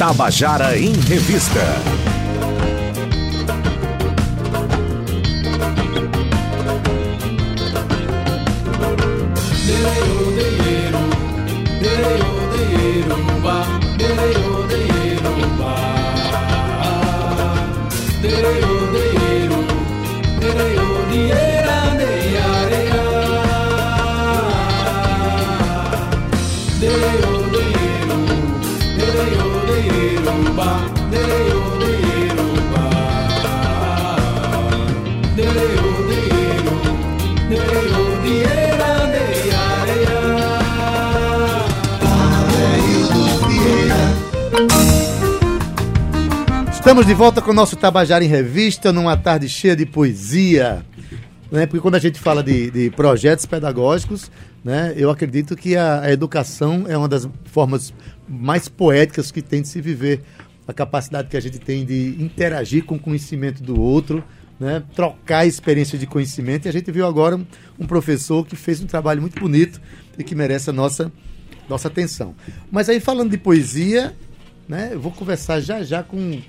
Tabajara em Revista. Estamos de volta com o nosso Tabajara em Revista, numa tarde cheia de poesia, né? Porque quando a gente fala de projetos pedagógicos, né, eu acredito que a educação é uma das formas mais poéticas que tem de se viver. A capacidade que a gente tem de interagir com o conhecimento do outro, né, trocar experiência de conhecimento. E a gente viu agora um professor que fez um trabalho muito bonito e que merece a nossa atenção. Mas aí, falando de poesia, né, eu vou conversar já com um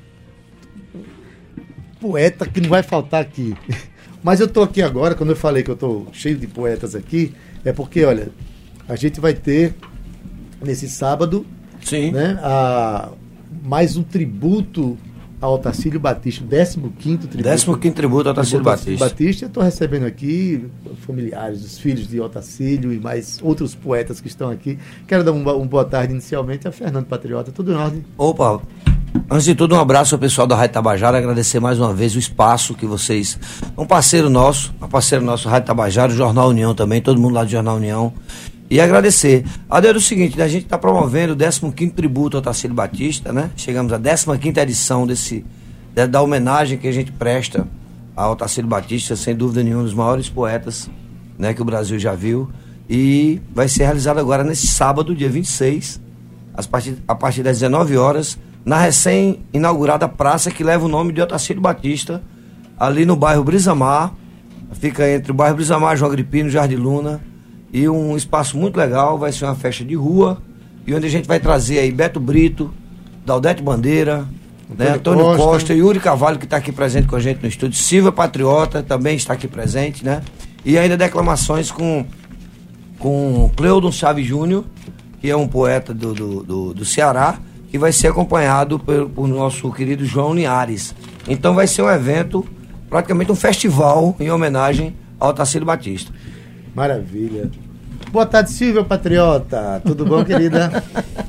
poeta que não vai faltar aqui. Mas eu estou aqui agora, quando eu falei que eu estou cheio de poetas aqui, é porque, olha, a gente vai ter nesse sábado, sim, né, mais um tributo ao Otacílio Batista, o 15º tributo. 15º tributo ao Otacílio Batista. Eu estou recebendo aqui familiares, os filhos de Otacílio e mais outros poetas que estão aqui. Quero dar uma boa tarde inicialmente a Fernando Patriota. Tudo em ordem? Opa, antes de tudo, um abraço ao pessoal da Rádio Tabajara, agradecer mais uma vez o espaço que vocês... Um parceiro nosso, Rádio Tabajara, o Jornal União também, todo mundo lá do Jornal União. E agradecer. Adeus, é o seguinte, a gente está promovendo o 15º tributo ao Otacílio Batista, né? Chegamos à 15ª edição da homenagem que a gente presta ao Otacílio Batista, sem dúvida nenhuma, um dos maiores poetas, né, que o Brasil já viu. E vai ser realizado agora nesse sábado, dia 26, a partir das 19 horas, na recém-inaugurada praça que leva o nome de Otacílio Batista, ali no bairro Brisamar. Fica entre o bairro Brisamar, João Agripino, Jardim Luna. E um espaço muito legal, vai ser uma festa de rua, e onde a gente vai trazer aí Beto Brito, Daldete Bandeira, Antônio Costa, Yuri Carvalho, que está aqui presente com a gente no estúdio, Silvia Patriota também está aqui presente, né? E ainda declamações com Cleudon Chaves Júnior, que é um poeta do Ceará, que vai ser acompanhado por nosso querido João Linhares. Então vai ser um evento, praticamente um festival em homenagem ao Otacílio Batista. Maravilha. Boa tarde, Silvia Patriota. Tudo bom, querida?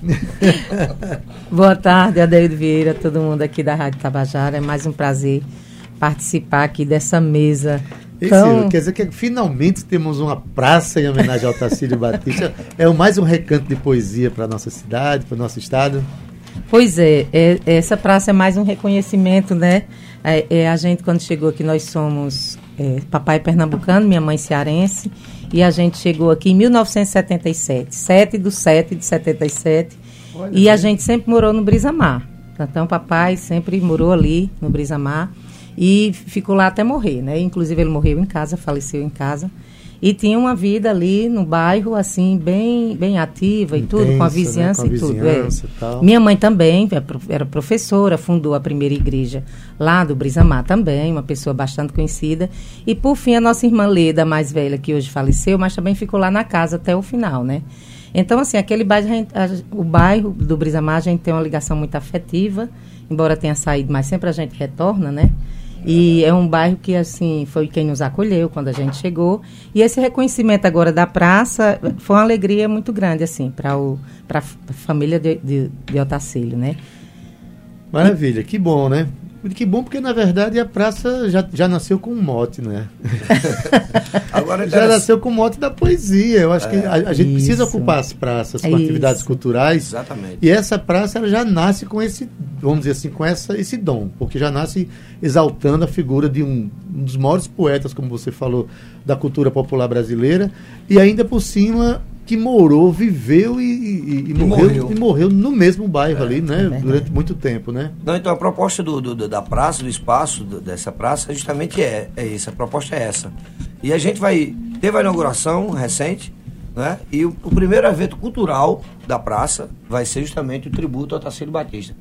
Boa tarde, Adeildo Vieira, todo mundo aqui da Rádio Tabajara. É mais um prazer participar aqui dessa mesa. Silvia, quer dizer que finalmente temos uma praça em homenagem ao Otacílio Batista. É mais um recanto de poesia para a nossa cidade, para o nosso estado? Pois essa praça é mais um reconhecimento, né? A gente, quando chegou aqui, nós somos papai pernambucano, minha mãe cearense, e a gente chegou aqui em 1977, 7/7/77, e a gente sempre morou no Brisamar. Então, papai sempre morou ali no Brisamar e ficou lá até morrer, né? Inclusive, ele morreu em casa, faleceu em casa. E tinha uma vida ali no bairro, assim, bem ativa. Intensa, e tudo, com a vizinhança, né? Com a vizinhança e tudo. Minha mãe também era professora, fundou a primeira igreja lá do Brisamar também, uma pessoa bastante conhecida. E, por fim, a nossa irmã Leda, mais velha, que hoje faleceu, mas também ficou lá na casa até o final, né? Então, assim, aquele bairro, o bairro do Brisamar, a gente tem uma ligação muito afetiva, embora tenha saído, mas sempre a gente retorna, né? E é um bairro que, assim, foi quem nos acolheu quando a gente chegou. E esse reconhecimento agora da praça foi uma alegria muito grande, assim, para a família de Otacílio, né? Maravilha, que bom, né? Que bom, porque, na verdade, a praça já nasceu com um mote, né? Agora já nasceu com o mote da poesia. Eu acho que a gente precisa ocupar as praças com atividades culturais. Exatamente. E essa praça, ela já nasce com esse, vamos dizer assim, com esse dom. Porque já nasce exaltando a figura de um dos maiores poetas, como você falou, da cultura popular brasileira. E ainda por cima, que morou, viveu e morreu no mesmo bairro ali, né? Durante muito tempo, né? Não, então a proposta da praça, do espaço dessa praça, justamente é isso. A proposta é essa. E a gente teve a inauguração recente, né? E o primeiro evento cultural da praça vai ser justamente o tributo ao Otacílio Batista.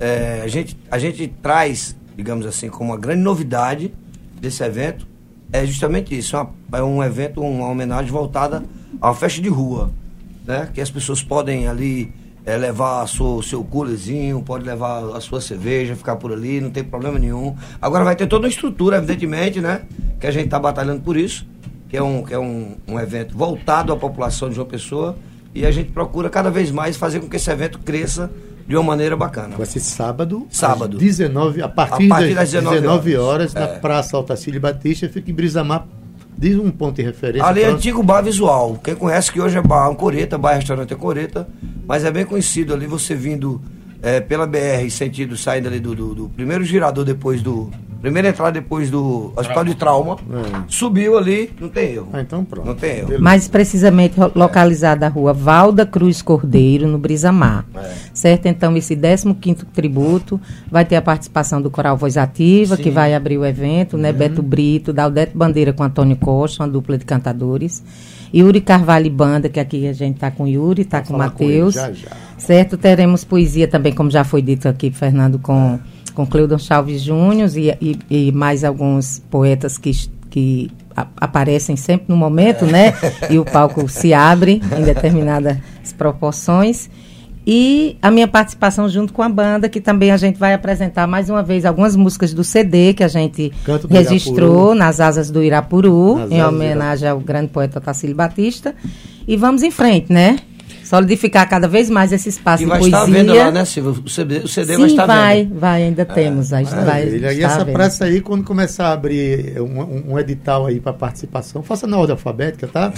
A gente traz, digamos assim, como uma grande novidade desse evento, é justamente isso, é um evento, uma homenagem voltada à festa de rua, né? Que as pessoas podem ali levar o seu coolerzinho, pode levar a sua cerveja, ficar por ali, não tem problema nenhum. Agora vai ter toda uma estrutura, evidentemente, né? Que a gente está batalhando por isso, que é um evento voltado à população de João Pessoa, e a gente procura cada vez mais fazer com que esse evento cresça de uma maneira bacana. Vai ser sábado. Às a partir das 19 horas na Praça Otacílio Batista, fica em Brisamar. Diz um ponto de referência. Ali é antigo bar visual. Quem conhece que hoje é bar Ancoreta, bar restaurante Ancoreta, mas é bem conhecido ali, você vindo pela BR, sentido, saindo ali do primeiro girador, depois do... Primeira entrada depois do Hospital de Trauma, subiu ali, não tem erro. Então pronto. Não tem erro. Mais precisamente localizada a rua Valda Cruz Cordeiro, no Brisamar. Certo? Então, esse 15º tributo vai ter a participação do Coral Voz Ativa, que vai abrir o evento, né? Beto Brito, Daudete Bandeira com Antônio Costa, uma dupla de cantadores. Yuri Carvalho e Banda, que aqui a gente está com Yuri, está com Matheus. Certo? Teremos poesia também, como já foi dito aqui, Fernando, com Cleudon Chaves Júnior e mais alguns poetas que aparecem sempre no momento, né? E o palco se abre em determinadas proporções. E a minha participação junto com a banda, que também a gente vai apresentar mais uma vez algumas músicas do CD que a gente registrou nas Asas do Irapuru, em homenagem ao grande poeta Otacílio Batista. E vamos em frente, né? Solidificar cada vez mais esse espaço de poesia. E vai estar vendo lá, né, Silvia? O CD Sim, vai estar vendo. Vai, ainda temos. E essa praça aí, quando começar a abrir um edital aí para participação, faça na ordem alfabética, tá?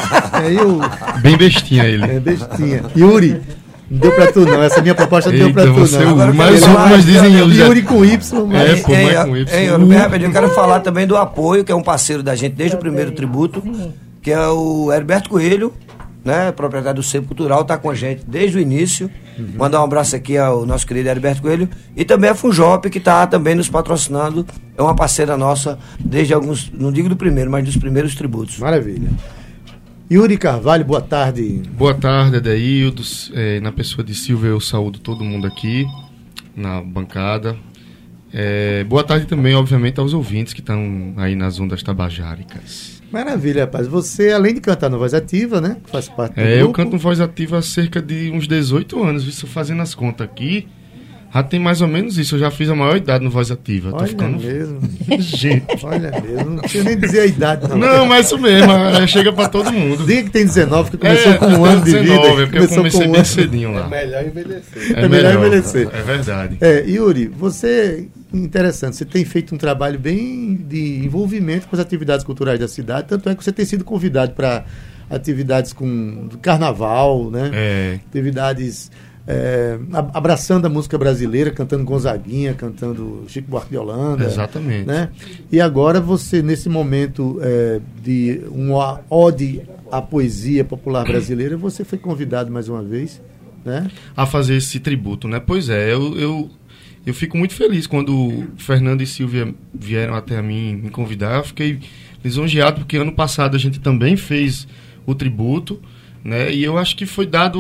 Bem bestinha ele. É bestinha. Yuri, não deu pra tu não, essa minha proposta não deu pra tu não. Mas dizem Yuri com Y. Mas... com Y. Bem rapidinho, eu quero falar também do apoio, que é um parceiro da gente desde o primeiro tributo, que é o Herberto Coelho, né, proprietário do Centro Cultural, está com a gente desde o início. Mandar um abraço aqui ao nosso querido Herberto Coelho e também a Funjop, que está também nos patrocinando, é uma parceira nossa desde alguns, não digo do primeiro, mas dos primeiros tributos. Maravilha. Yuri Carvalho, boa tarde. Boa tarde, Adeildo. Na pessoa de Silvia, eu saúdo todo mundo aqui na bancada. Boa tarde também, obviamente, aos ouvintes que estão aí nas ondas tabajáricas. Maravilha, rapaz. Você, além de cantar no Voz Ativa, né? Faz parte do grupo. Eu canto no Voz Ativa há cerca de uns 18 anos. Isso fazendo as contas aqui, já tem mais ou menos isso. Eu já fiz a maior idade no Voz Ativa. Olha, tô ficando... mesmo. Gente. Olha mesmo. Não tinha nem dizer a idade, não. Não, mas isso mesmo. Chega pra todo mundo. Diga que tem 19, que começou com um ano de 19, vida. É porque eu comecei bem cedinho lá. É melhor envelhecer. É melhor envelhecer. É verdade. Yuri, você... Interessante, você tem feito um trabalho bem de envolvimento com as atividades culturais da cidade, tanto é que você tem sido convidado para atividades do carnaval, né? Atividades abraçando a música brasileira, cantando Gonzaguinha, cantando Chico Buarque de Holanda. Exatamente. Né? E agora você, nesse momento de uma ode à poesia popular brasileira, você foi convidado mais uma vez, né? A fazer esse tributo, né? Pois é, eu fico muito feliz quando Fernando e Silvia vieram até a mim me convidar. Eu fiquei lisonjeado porque ano passado a gente também fez o tributo, né? E eu acho que foi dado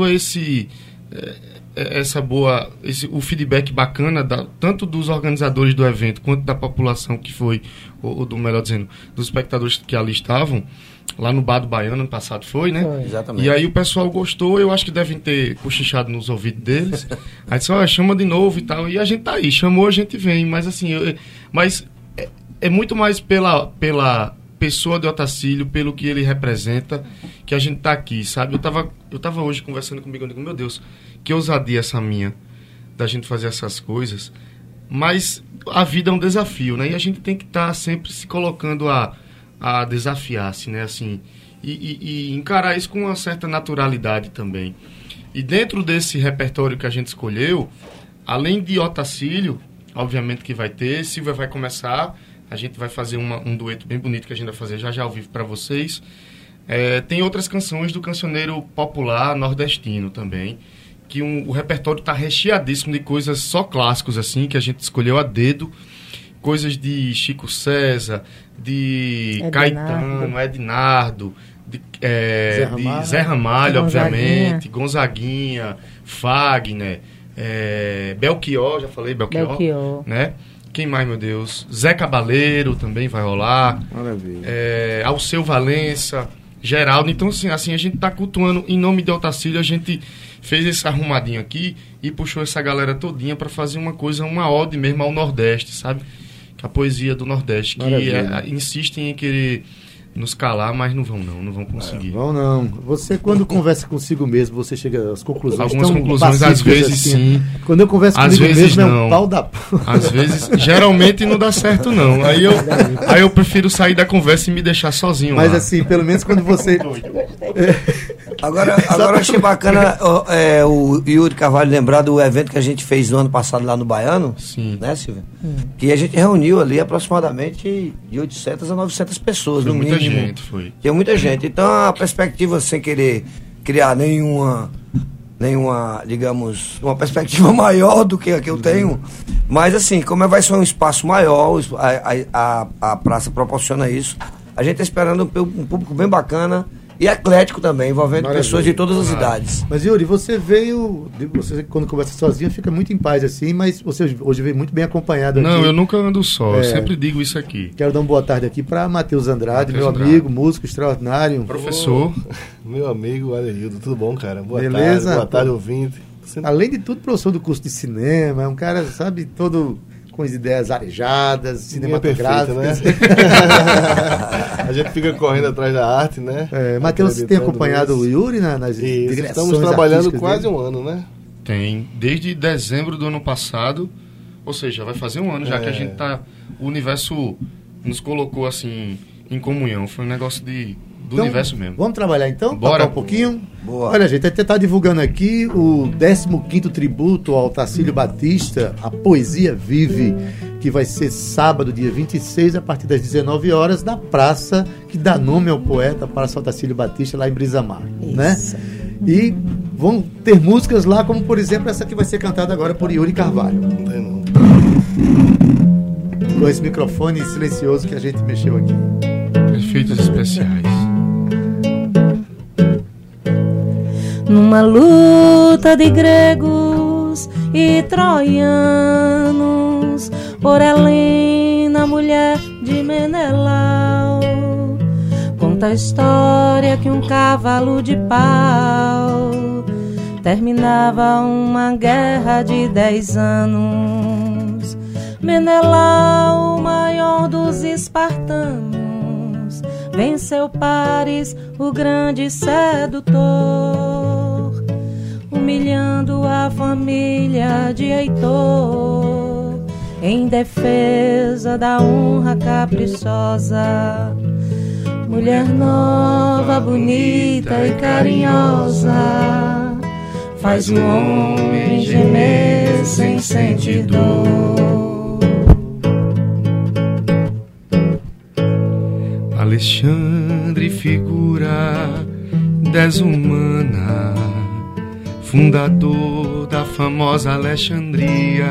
o feedback bacana tanto dos organizadores do evento quanto da população que foi, ou melhor dizendo, dos espectadores que ali estavam. Lá no Bar do Baiano, ano passado foi, né? Foi, exatamente. E aí o pessoal gostou, eu acho que devem ter cochichado nos ouvidos deles. Aí disse, chama de novo e tal. E a gente tá aí, chamou, a gente vem. Mas assim, é muito mais pela pessoa de Otacílio, pelo que ele representa, que a gente tá aqui, sabe? Eu tava hoje conversando comigo, eu digo, meu Deus, que ousadia essa minha, da gente fazer essas coisas. Mas a vida é um desafio, né? E a gente tem que estar sempre se colocando a desafiar-se, né, assim, e encarar isso com uma certa naturalidade também. E dentro desse repertório que a gente escolheu, além de Otacílio, obviamente que vai ter, Silvia vai começar, a gente vai fazer um dueto bem bonito que a gente vai fazer já ao vivo para vocês. Tem outras canções do cancioneiro popular nordestino também, que o repertório está recheadíssimo de coisas só clássicos, assim, que a gente escolheu a dedo, coisas de Chico César, de Caetano, Ednardo, Zé Ramalho, obviamente, Gonzaguinha, Fagner, Belchior, já falei, Belchior, né? Quem mais, meu Deus? Zé Cabaleiro também vai rolar. Maravilha. Alceu Valença, Geraldo. Então, assim, a gente tá cultuando em nome de Otacílio, a gente fez esse arrumadinho aqui e puxou essa galera todinha para fazer uma ode mesmo ao Nordeste, sabe? Que a poesia do Nordeste, que insistem em querer nos calar, mas não vão conseguir. Não. Você, quando conversa consigo mesmo, você chega às conclusões. Algumas conclusões, às vezes, assim. sim. Quando eu converso às comigo vezes mesmo, não. é um pau da... Às vezes, geralmente não dá certo, não. Aí eu prefiro sair da conversa e me deixar sozinho. Mas lá. assim, pelo menos quando você... Agora eu achei bacana o Yuri Carvalho lembrar do evento que a gente fez no ano passado lá no Baiano. Sim. Né, Silvia? Que a gente reuniu ali aproximadamente de 800 a 900 pessoas, no mínimo. Muita gente, foi. Tinha muita gente. Então a perspectiva, sem querer criar nenhuma, digamos, uma perspectiva maior do que a que eu tenho, mas assim, como vai ser um espaço maior, a praça proporciona isso, a gente está esperando um público bem bacana e eclético também, envolvendo pessoas de todas as idades. Mas Yuri, você quando conversa sozinho fica muito em paz assim, mas você hoje veio muito bem acompanhado aqui. Não, eu nunca ando só, eu sempre digo isso aqui. Quero dar uma boa tarde aqui para Matheus Andrade, meu amigo, músico extraordinário. Professor. Meu amigo Aleildo, tudo bom, cara? Beleza? Boa tarde, ouvinte. Além de tudo, professor do curso de cinema, é um cara, sabe, todo com as ideias arejadas, cinematográficas. Perfeito, né? A gente fica correndo atrás da arte, né? Matheus, você tem acompanhado o Yuri nas digressões? Estamos trabalhando quase dele? um ano, né? Tem, desde dezembro do ano passado, ou seja, vai fazer um ano já que a gente tá... O universo nos colocou assim em comunhão, foi um negócio do universo mesmo. Vamos trabalhar então? Bora. Um pouquinho? Boa. Olha, gente, a gente está divulgando aqui o 15º tributo ao Otacílio Batista, a Poesia Vive, que vai ser sábado, dia 26, a partir das 19 horas, na praça que dá nome ao poeta, Praça Otacílio Batista, lá em Brisamar, né? E vão ter músicas lá, como por exemplo essa que vai ser cantada agora por Yuri Carvalho. Não tem não. Com esse microfone silencioso que a gente mexeu aqui. Efeitos especiais. Numa luta de gregos e troianos, por Helena, mulher de Menelau, conta a história que um cavalo de pau terminava uma guerra de 10 anos. Menelau, o maior dos espartanos, venceu Paris, o grande sedutor, humilhando a família de Heitor, em defesa da honra caprichosa. Mulher nova, bonita e carinhosa, faz o homem gemer sem sentir dor. Alexandre, figura desumana, fundador da famosa Alexandria,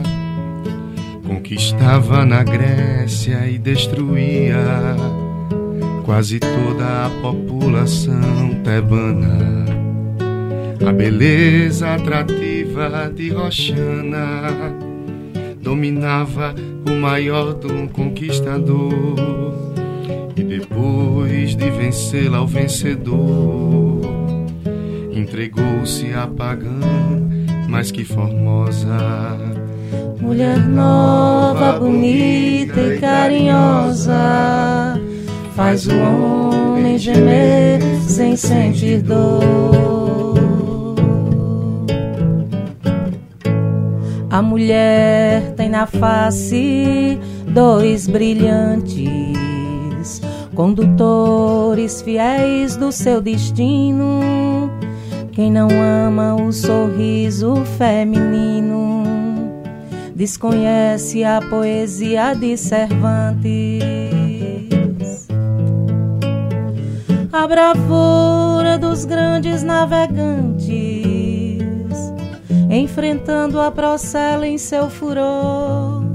conquistava na Grécia e destruía quase toda a população tebana. A beleza atrativa de Roxana dominava o maior do conquistador. E depois de vencê-la ao vencedor, entregou-se a pagã, mas que formosa. Mulher nova, bonita e carinhosa, faz o homem gemer sem sentir dor. A mulher tem na face 2 brilhantes condutores fiéis do seu destino. Quem não ama o sorriso feminino desconhece a poesia de Cervantes. A bravura dos grandes navegantes, enfrentando a procela em seu furor.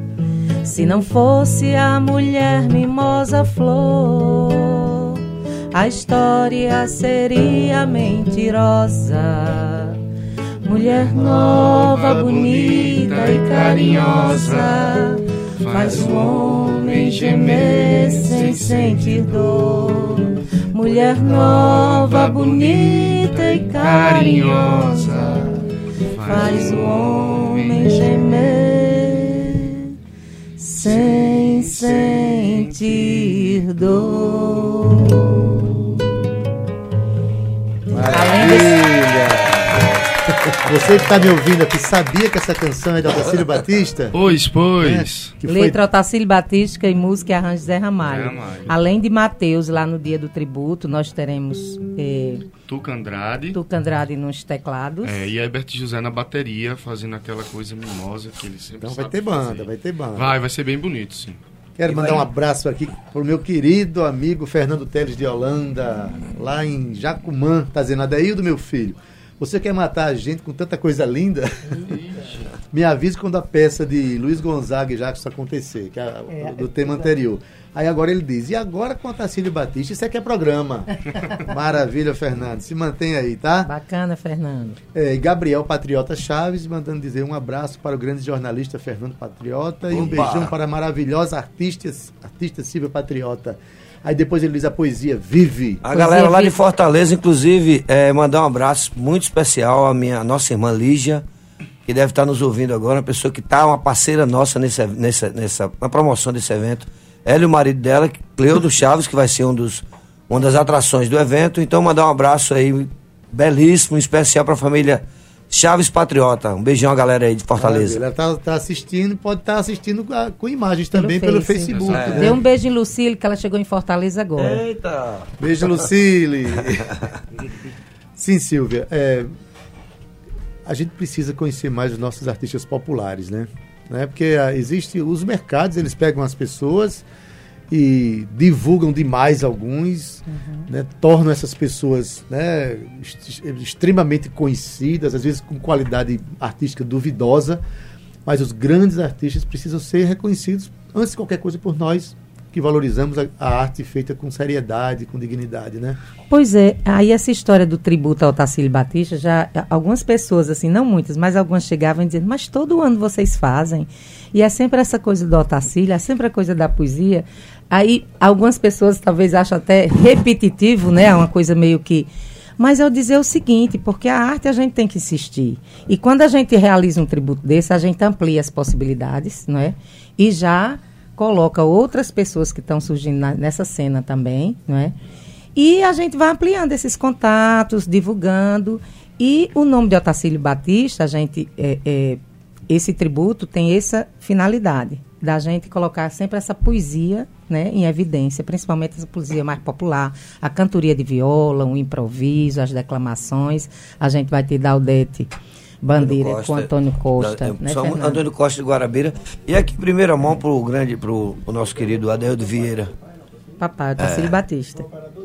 Se não fosse a mulher mimosa flor, a história seria mentirosa. Mulher nova, bonita e carinhosa, faz o homem gemer sem sentir dor. Mulher nova, bonita e carinhosa, faz o homem gemer sem sentir dor. Maravilha! Você que está me ouvindo aqui, sabia que essa canção é de Otacílio Batista? Pois. Que Letra Otacílio Batista e música e arranjo Zé Ramalho. Além de Mateus, lá no dia do tributo, nós teremos Tuca Andrade nos teclados. E Herbert José na bateria, fazendo aquela coisa mimosa que ele sempre Então sabe vai ter banda, fazer. vai ter banda. Vai ser bem bonito, sim. Quero mandar um abraço aqui pro meu querido amigo Fernando Teles de Holanda, lá em Jacumã, tá dizendo, Adeildo, meu filho, você quer matar a gente com tanta coisa linda? Me avise quando a peça de Luiz Gonzaga e Jackson acontecer, que é do tema anterior. Aí agora ele diz, e agora com Otacílio Batista, isso aqui é programa. Maravilha, Fernando, se mantém aí, tá? Bacana, Fernando. E Gabriel Patriota Chaves, mandando dizer um abraço para o grande jornalista Fernando Patriota e um beijão para a maravilhosa artista Silvia Patriota. Aí depois ele diz a poesia vive. A galera lá de Fortaleza, inclusive, mandar um abraço muito especial à nossa irmã Lígia, que deve estar nos ouvindo agora, uma pessoa que está, uma parceira nossa na promoção desse evento. Ela e o marido dela, Cleudo Chaves, que vai ser uma das atrações do evento. Então, mandar um abraço aí, belíssimo, especial para a família Chaves Patriota. Um beijão a galera aí de Fortaleza. Ela tá assistindo, pode estar assistindo com imagens também pelo Facebook. Né? Dê um beijo em Lucille, que ela chegou em Fortaleza agora. Eita! Beijo, Lucille. Sim, Silvia. A gente precisa conhecer mais os nossos artistas populares, né? Porque existe os mercados, eles pegam as pessoas e divulgam demais alguns, né, tornam essas pessoas, né, extremamente conhecidas, às vezes com qualidade artística duvidosa, mas os grandes artistas precisam ser reconhecidos, antes de qualquer coisa, por nós que valorizamos a arte feita com seriedade, com dignidade, né? Pois é, aí essa história do tributo ao Otacílio Batista, já algumas pessoas, assim, não muitas, mas algumas chegavam dizendo, mas todo ano vocês fazem, e é sempre essa coisa do Otacílio, é sempre a coisa da poesia. Aí algumas pessoas talvez achem até repetitivo, né? Uma coisa meio que... Mas eu dizer o seguinte, porque a arte a gente tem que insistir. E quando a gente realiza um tributo desse, a gente amplia as possibilidades, não é? E já coloca outras pessoas que estão surgindo nessa cena também, não é? E a gente vai ampliando esses contatos, divulgando. E o nome de Otacílio Batista, a gente, esse tributo tem essa finalidade, da gente colocar sempre essa poesia, né, em evidência, principalmente essa poesia mais popular, a cantoria de viola, o improviso, as declamações. A gente vai ter Daudete Bandeira com Antônio Costa, né, Antônio Costa de Guarabira. E aqui, em primeira mão, pro nosso querido Adeildo Vieira. Papai, Otacílio Batista.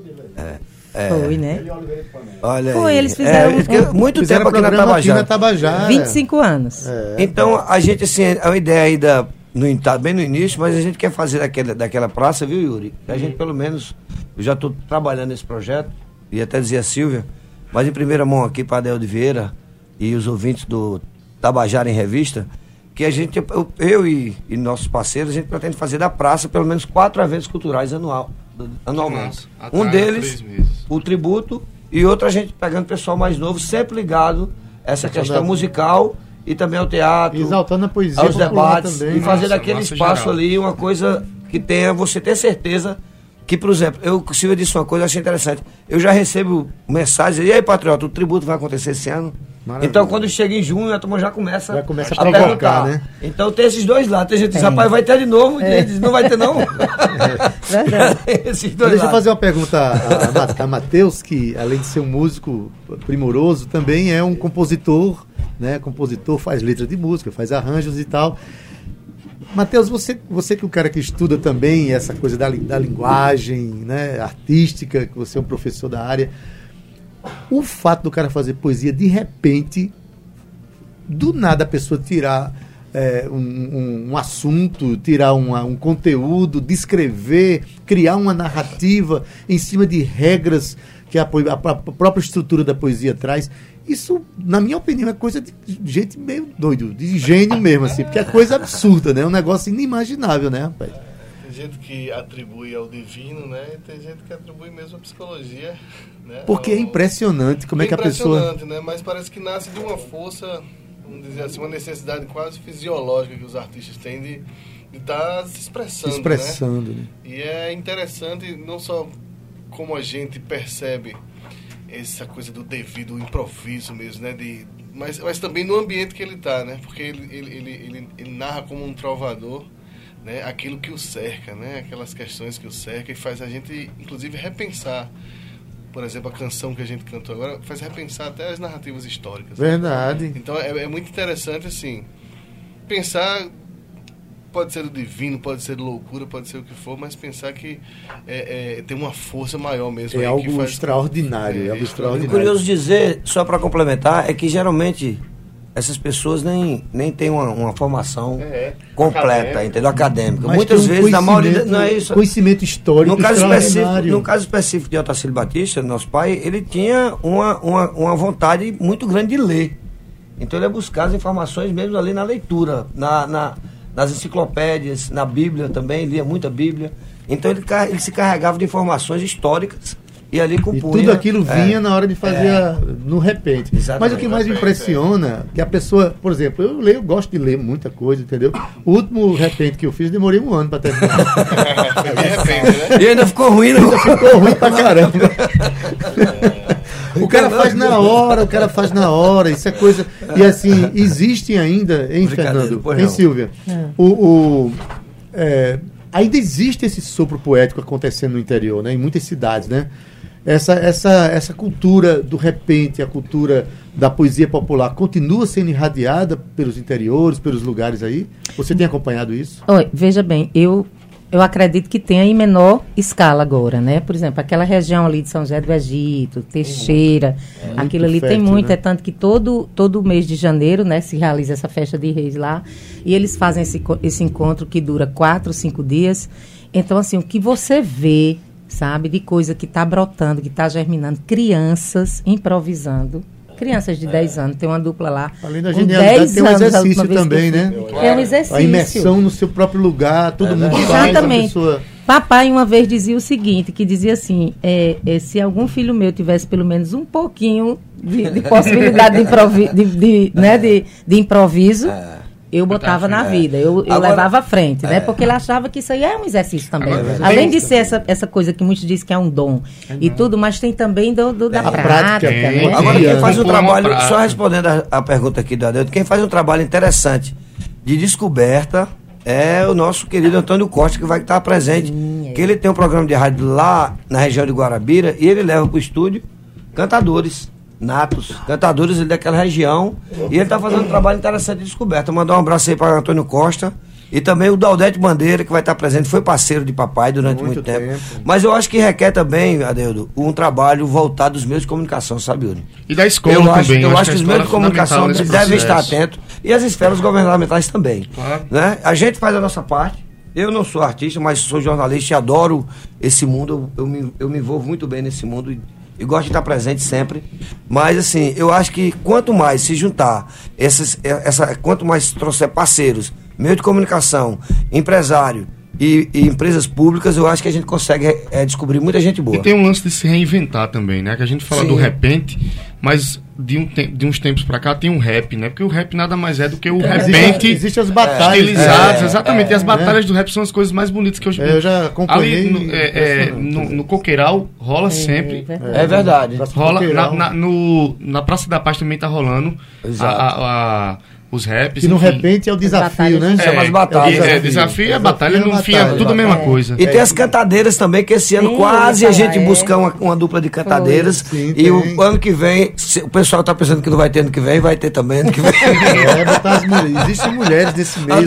Foi, né? Olha foi, aí. Eles fizeram muito tempo aqui na Tabajara. 25 anos. Então, a gente, assim, é uma ideia aí tá bem no início, mas a gente quer fazer daquela praça, viu, Yuri? A gente, pelo menos, eu já estou trabalhando nesse projeto, e até dizia a Silvia, mas em primeira mão aqui para Adeildo Vieira e os ouvintes do Tabajara em Revista, que a gente, eu e nossos parceiros, a gente pretende fazer da praça pelo menos 4 eventos culturais anualmente. Um deles, o tributo, e outro a gente pegando pessoal mais novo, sempre ligado a essa questão musical e também ao teatro, exaltando a poesia, aos debates, também, e fazer daquele espaço geral ali uma coisa que tenha, você ter certeza que, por exemplo, o Silvia disse uma coisa, eu achei interessante, eu já recebo mensagens, e aí, Patriota, o tributo vai acontecer esse ano? Maravilha. Então, quando chega em junho, a turma já começa a provocar, perguntar, né? Então, tem esses dois lados. Tem gente que diz, rapaz, vai ter de novo. E gente diz, não vai ter, não. Esses dois Deixa eu fazer uma pergunta a Mateus, que, além de ser um músico primoroso, também é um compositor, né? Compositor, faz letra de música, faz arranjos e tal. Mateus, você que é o cara que estuda também essa coisa da linguagem, né, artística, que você é um professor da área... O fato do cara fazer poesia, de repente, do nada a pessoa tirar um assunto, tirar um conteúdo, descrever, criar uma narrativa em cima de regras que a própria estrutura da poesia traz. Isso, na minha opinião, é coisa de gente meio doido, de gênio mesmo, assim, porque é coisa absurda, né? É um negócio inimaginável, né, rapaz? Tem gente que atribui ao divino, né? E tem gente que atribui mesmo à psicologia, né? Porque é impressionante como é que a pessoa... impressionante, né? Mas parece que nasce de uma força, vamos dizer assim, uma necessidade quase fisiológica que os artistas têm de estar se expressando, né? E é interessante, não só como a gente percebe essa coisa do devido, o improviso mesmo, né? Mas também no ambiente que ele está, né? Porque ele narra como um trovador, né? Aquilo que o cerca, né? Aquelas questões que o cerca, e faz a gente, inclusive, repensar. Por exemplo, a canção que a gente cantou agora faz repensar até as narrativas históricas. Verdade. Né? Então é muito interessante, assim, pensar, pode ser do divino, pode ser de loucura, pode ser o que for, mas pensar que tem uma força maior mesmo. É aí algo que faz... extraordinário, é algo extraordinário. Curioso dizer, só para complementar, é que geralmente essas pessoas nem têm uma formação completa, entendeu? Acadêmica. Mas muitas vezes, na maioria, não é isso. Conhecimento histórico No caso específico de Otacílio Batista, nosso pai, ele tinha uma vontade muito grande de ler. Então ele ia buscar as informações mesmo ali na leitura, nas enciclopédias, na Bíblia também, lia muita Bíblia. Então ele se carregava de informações históricas e ali compunha. E tudo aquilo vinha na hora de fazer no repente. Exatamente. Mas o que mais me impressiona é que a pessoa, por exemplo, eu gosto de ler muita coisa, entendeu? O último repente que eu fiz, demorei 1 ano para terminar. De repente, né? E ainda ficou ruim, não? Ficou ruim pra caramba. O cara faz na hora, isso é coisa... E assim, existem ainda, hein, Fernando? Hein, Silvia? Ainda existe esse sopro poético acontecendo no interior, né? Em muitas cidades, né? Essa cultura do repente, a cultura da poesia popular, continua sendo irradiada pelos interiores, pelos lugares aí? Você tem acompanhado isso? Oi, veja bem, eu acredito que tenha em menor escala agora, né? Por exemplo, aquela região ali de São José do Egito, Teixeira, aquilo ali fértil, tem muito, né? É tanto que todo mês de janeiro, né, se realiza essa festa de reis lá, e eles fazem esse encontro que dura 4, 5 dias. Então, assim, o que você vê, sabe, de coisa que está brotando, que está germinando, crianças improvisando. Crianças de 10 anos, tem uma dupla lá. Além da genialidade, tem um exercício também, né? É um exercício. A imersão no seu próprio lugar, todo mundo faz. Exatamente. Papai uma vez dizia o seguinte, que dizia assim, se algum filho meu tivesse pelo menos um pouquinho de possibilidade de improviso, eu botava na vida, eu levava à frente, né? Porque ele achava que isso aí é um exercício também. Além de ser essa coisa que muitos dizem que é um dom e tudo, mas tem também da prática. Né? Agora, quem faz um trabalho, só respondendo a pergunta aqui do Adelto, quem faz um trabalho interessante de descoberta é o nosso querido Antônio Costa, que vai estar presente, que ele tem um programa de rádio lá na região de Guarabira e ele leva para o estúdio cantadores natos, cantadores daquela região, e ele está fazendo um trabalho interessante de descoberta. Mandar um abraço aí para Antônio Costa e também o Daldete Bandeira, que vai estar presente, foi parceiro de papai durante muito tempo. Mas eu acho que requer também, Adeldo, um trabalho voltado dos meios de comunicação, sabe, Yuri? E da escola também. Eu acho que os meios de comunicação devem estar atentos, e as esferas governamentais também. Claro. Né? A gente faz a nossa parte. Eu não sou artista, mas sou jornalista e adoro esse mundo. Eu me envolvo muito bem nesse mundo e gosto de estar presente sempre. Mas, assim, eu acho que quanto mais se juntar, quanto mais trouxer parceiros, meio de comunicação, empresário e empresas públicas, eu acho que a gente consegue descobrir muita gente boa. E tem um lance de se reinventar também, né? Que a gente fala do repente, mas de uns tempos pra cá tem um rap, né? Porque o rap nada mais é do que o repente. Existem as batalhas. Estilizadas, exatamente. E as batalhas do rap são as coisas mais bonitas que eu já acompanhei. Ali no Coqueiral rola sempre. É verdade. Rola na Praça da Paz também tá rolando. Os raps. E no repente é o desafio, né? São as batalhas. Desafio e a batalha, no fim é tudo a mesma coisa. E tem as cantadeiras também, que esse ano quase a gente busca uma dupla de cantadeiras. Sim, e o ano que vem, o pessoal tá pensando que não vai ter ano que vem, vai ter também ano que vem. Botar as mulheres. Existem mulheres nesse meio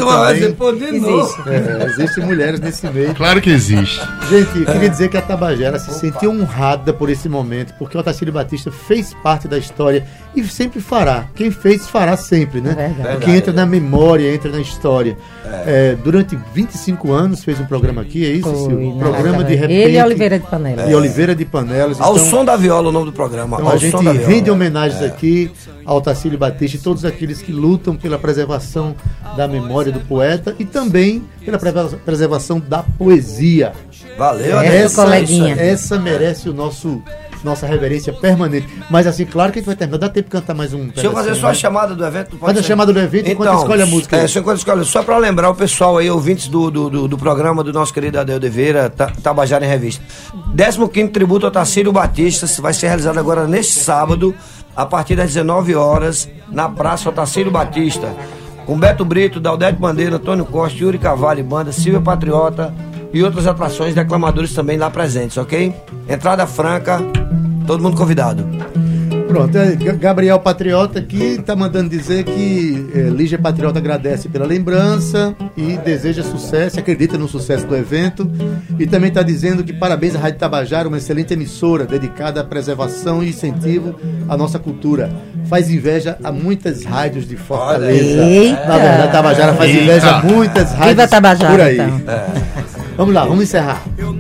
também. Existem mulheres nesse meio. Claro que existe. Gente, eu queria dizer que a Tabajara se sentiu honrada por esse momento, porque o Otacílio Batista fez parte da história e sempre fará. Quem fez, fará sempre, né? que entra na memória, entra na história. Durante 25 anos fez um programa aqui, é isso, Silvio? Um programa de repente. Ele e Oliveira de Panelas. E Oliveira de Panelas. Ao som da viola, o nome do programa. Então a gente rende homenagens aqui ao Tarsílio Batista e todos aqueles que lutam pela preservação da memória do poeta e também pela preservação da poesia. Valeu, essa merece nossa reverência permanente. Mas assim, claro que a gente vai terminar. Dá tempo de cantar mais um. Deixa eu fazer só a chamada do evento. Faz a chamada do evento enquanto escolhe a música. Enquanto escolhe. Só para lembrar o pessoal aí, ouvintes do programa do nosso querido Adel de Vieira, Tabajara em Revista. 15º tributo ao Tarsílio Batista vai ser realizado agora neste sábado, a partir das 19 horas, na Praça Tarsílio Batista. Com Beto Brito, Daldete Bandeira, Antônio Costa, Yuri Cavalli, Banda, Silvia Patriota e outras atrações de declamadores também lá presentes, ok? Entrada franca, todo mundo convidado. Pronto, Gabriel Patriota aqui está mandando dizer que Lígia Patriota agradece pela lembrança e deseja sucesso, acredita no sucesso do evento, e também está dizendo que parabéns à Rádio Tabajara, uma excelente emissora dedicada à preservação e incentivo à nossa cultura. Faz inveja a muitas rádios de Fortaleza. Na verdade, a Tabajara faz inveja a muitas rádios Tabajara, por aí. Então. Vamos lá, vamos encerrar.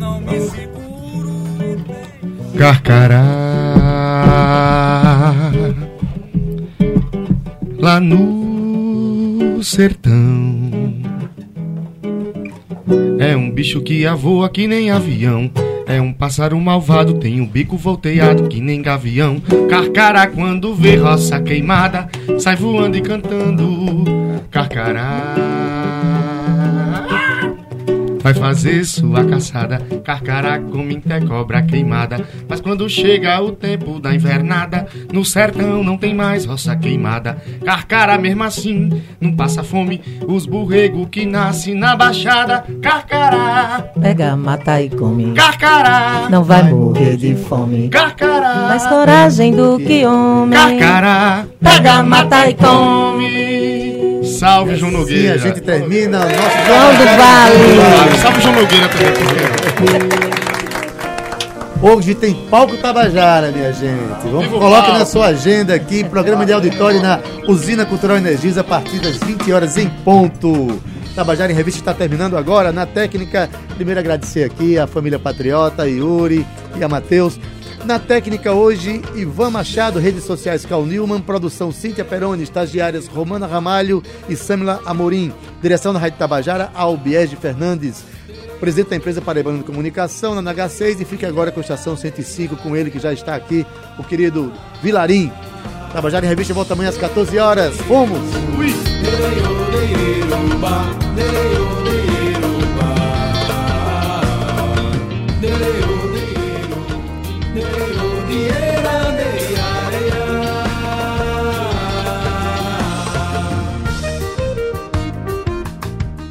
Carcará, lá no sertão, é um bicho que voa que nem avião. É um pássaro malvado, tem um bico volteado que nem gavião. Carcará, quando vê roça queimada, sai voando e cantando. Carcará, vai fazer sua caçada. Carcará come até cobra queimada. Mas quando chega o tempo da invernada, no sertão não tem mais roça queimada. Carcará mesmo assim não passa fome. Os borrego que nascem na baixada. Carcará, pega, mata e come. Carcará, não vai morrer de fome. Carcará, mais coragem do que homem. Carcará, pega, mata e come. Salve, João Nogueira. A gente termina o nosso João do Vale. Salve, João Nogueira também. Hoje tem Palco Tabajara, minha gente. Coloque na sua agenda aqui, programa de auditório na Usina Cultural Energisa, a partir das 20 horas em ponto. Tabajara em Revista está terminando agora. Na técnica, primeiro agradecer aqui a família Patriota, a Yuri e a Matheus. Na técnica hoje, Ivan Machado, redes sociais Cal Newman, produção Cíntia Peroni, estagiárias Romana Ramalho e Samila Amorim, direção da Rádio Tabajara, Albiege Fernandes, presidente da empresa Paraibana de Comunicação, na NH6, e fique agora com a Estação 105, com ele que já está aqui, o querido Vilarim. Tabajara em Revista volta amanhã às 14 horas. Fomos! Ui.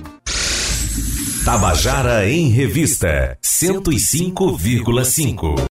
Tabajara em Revista 105,5.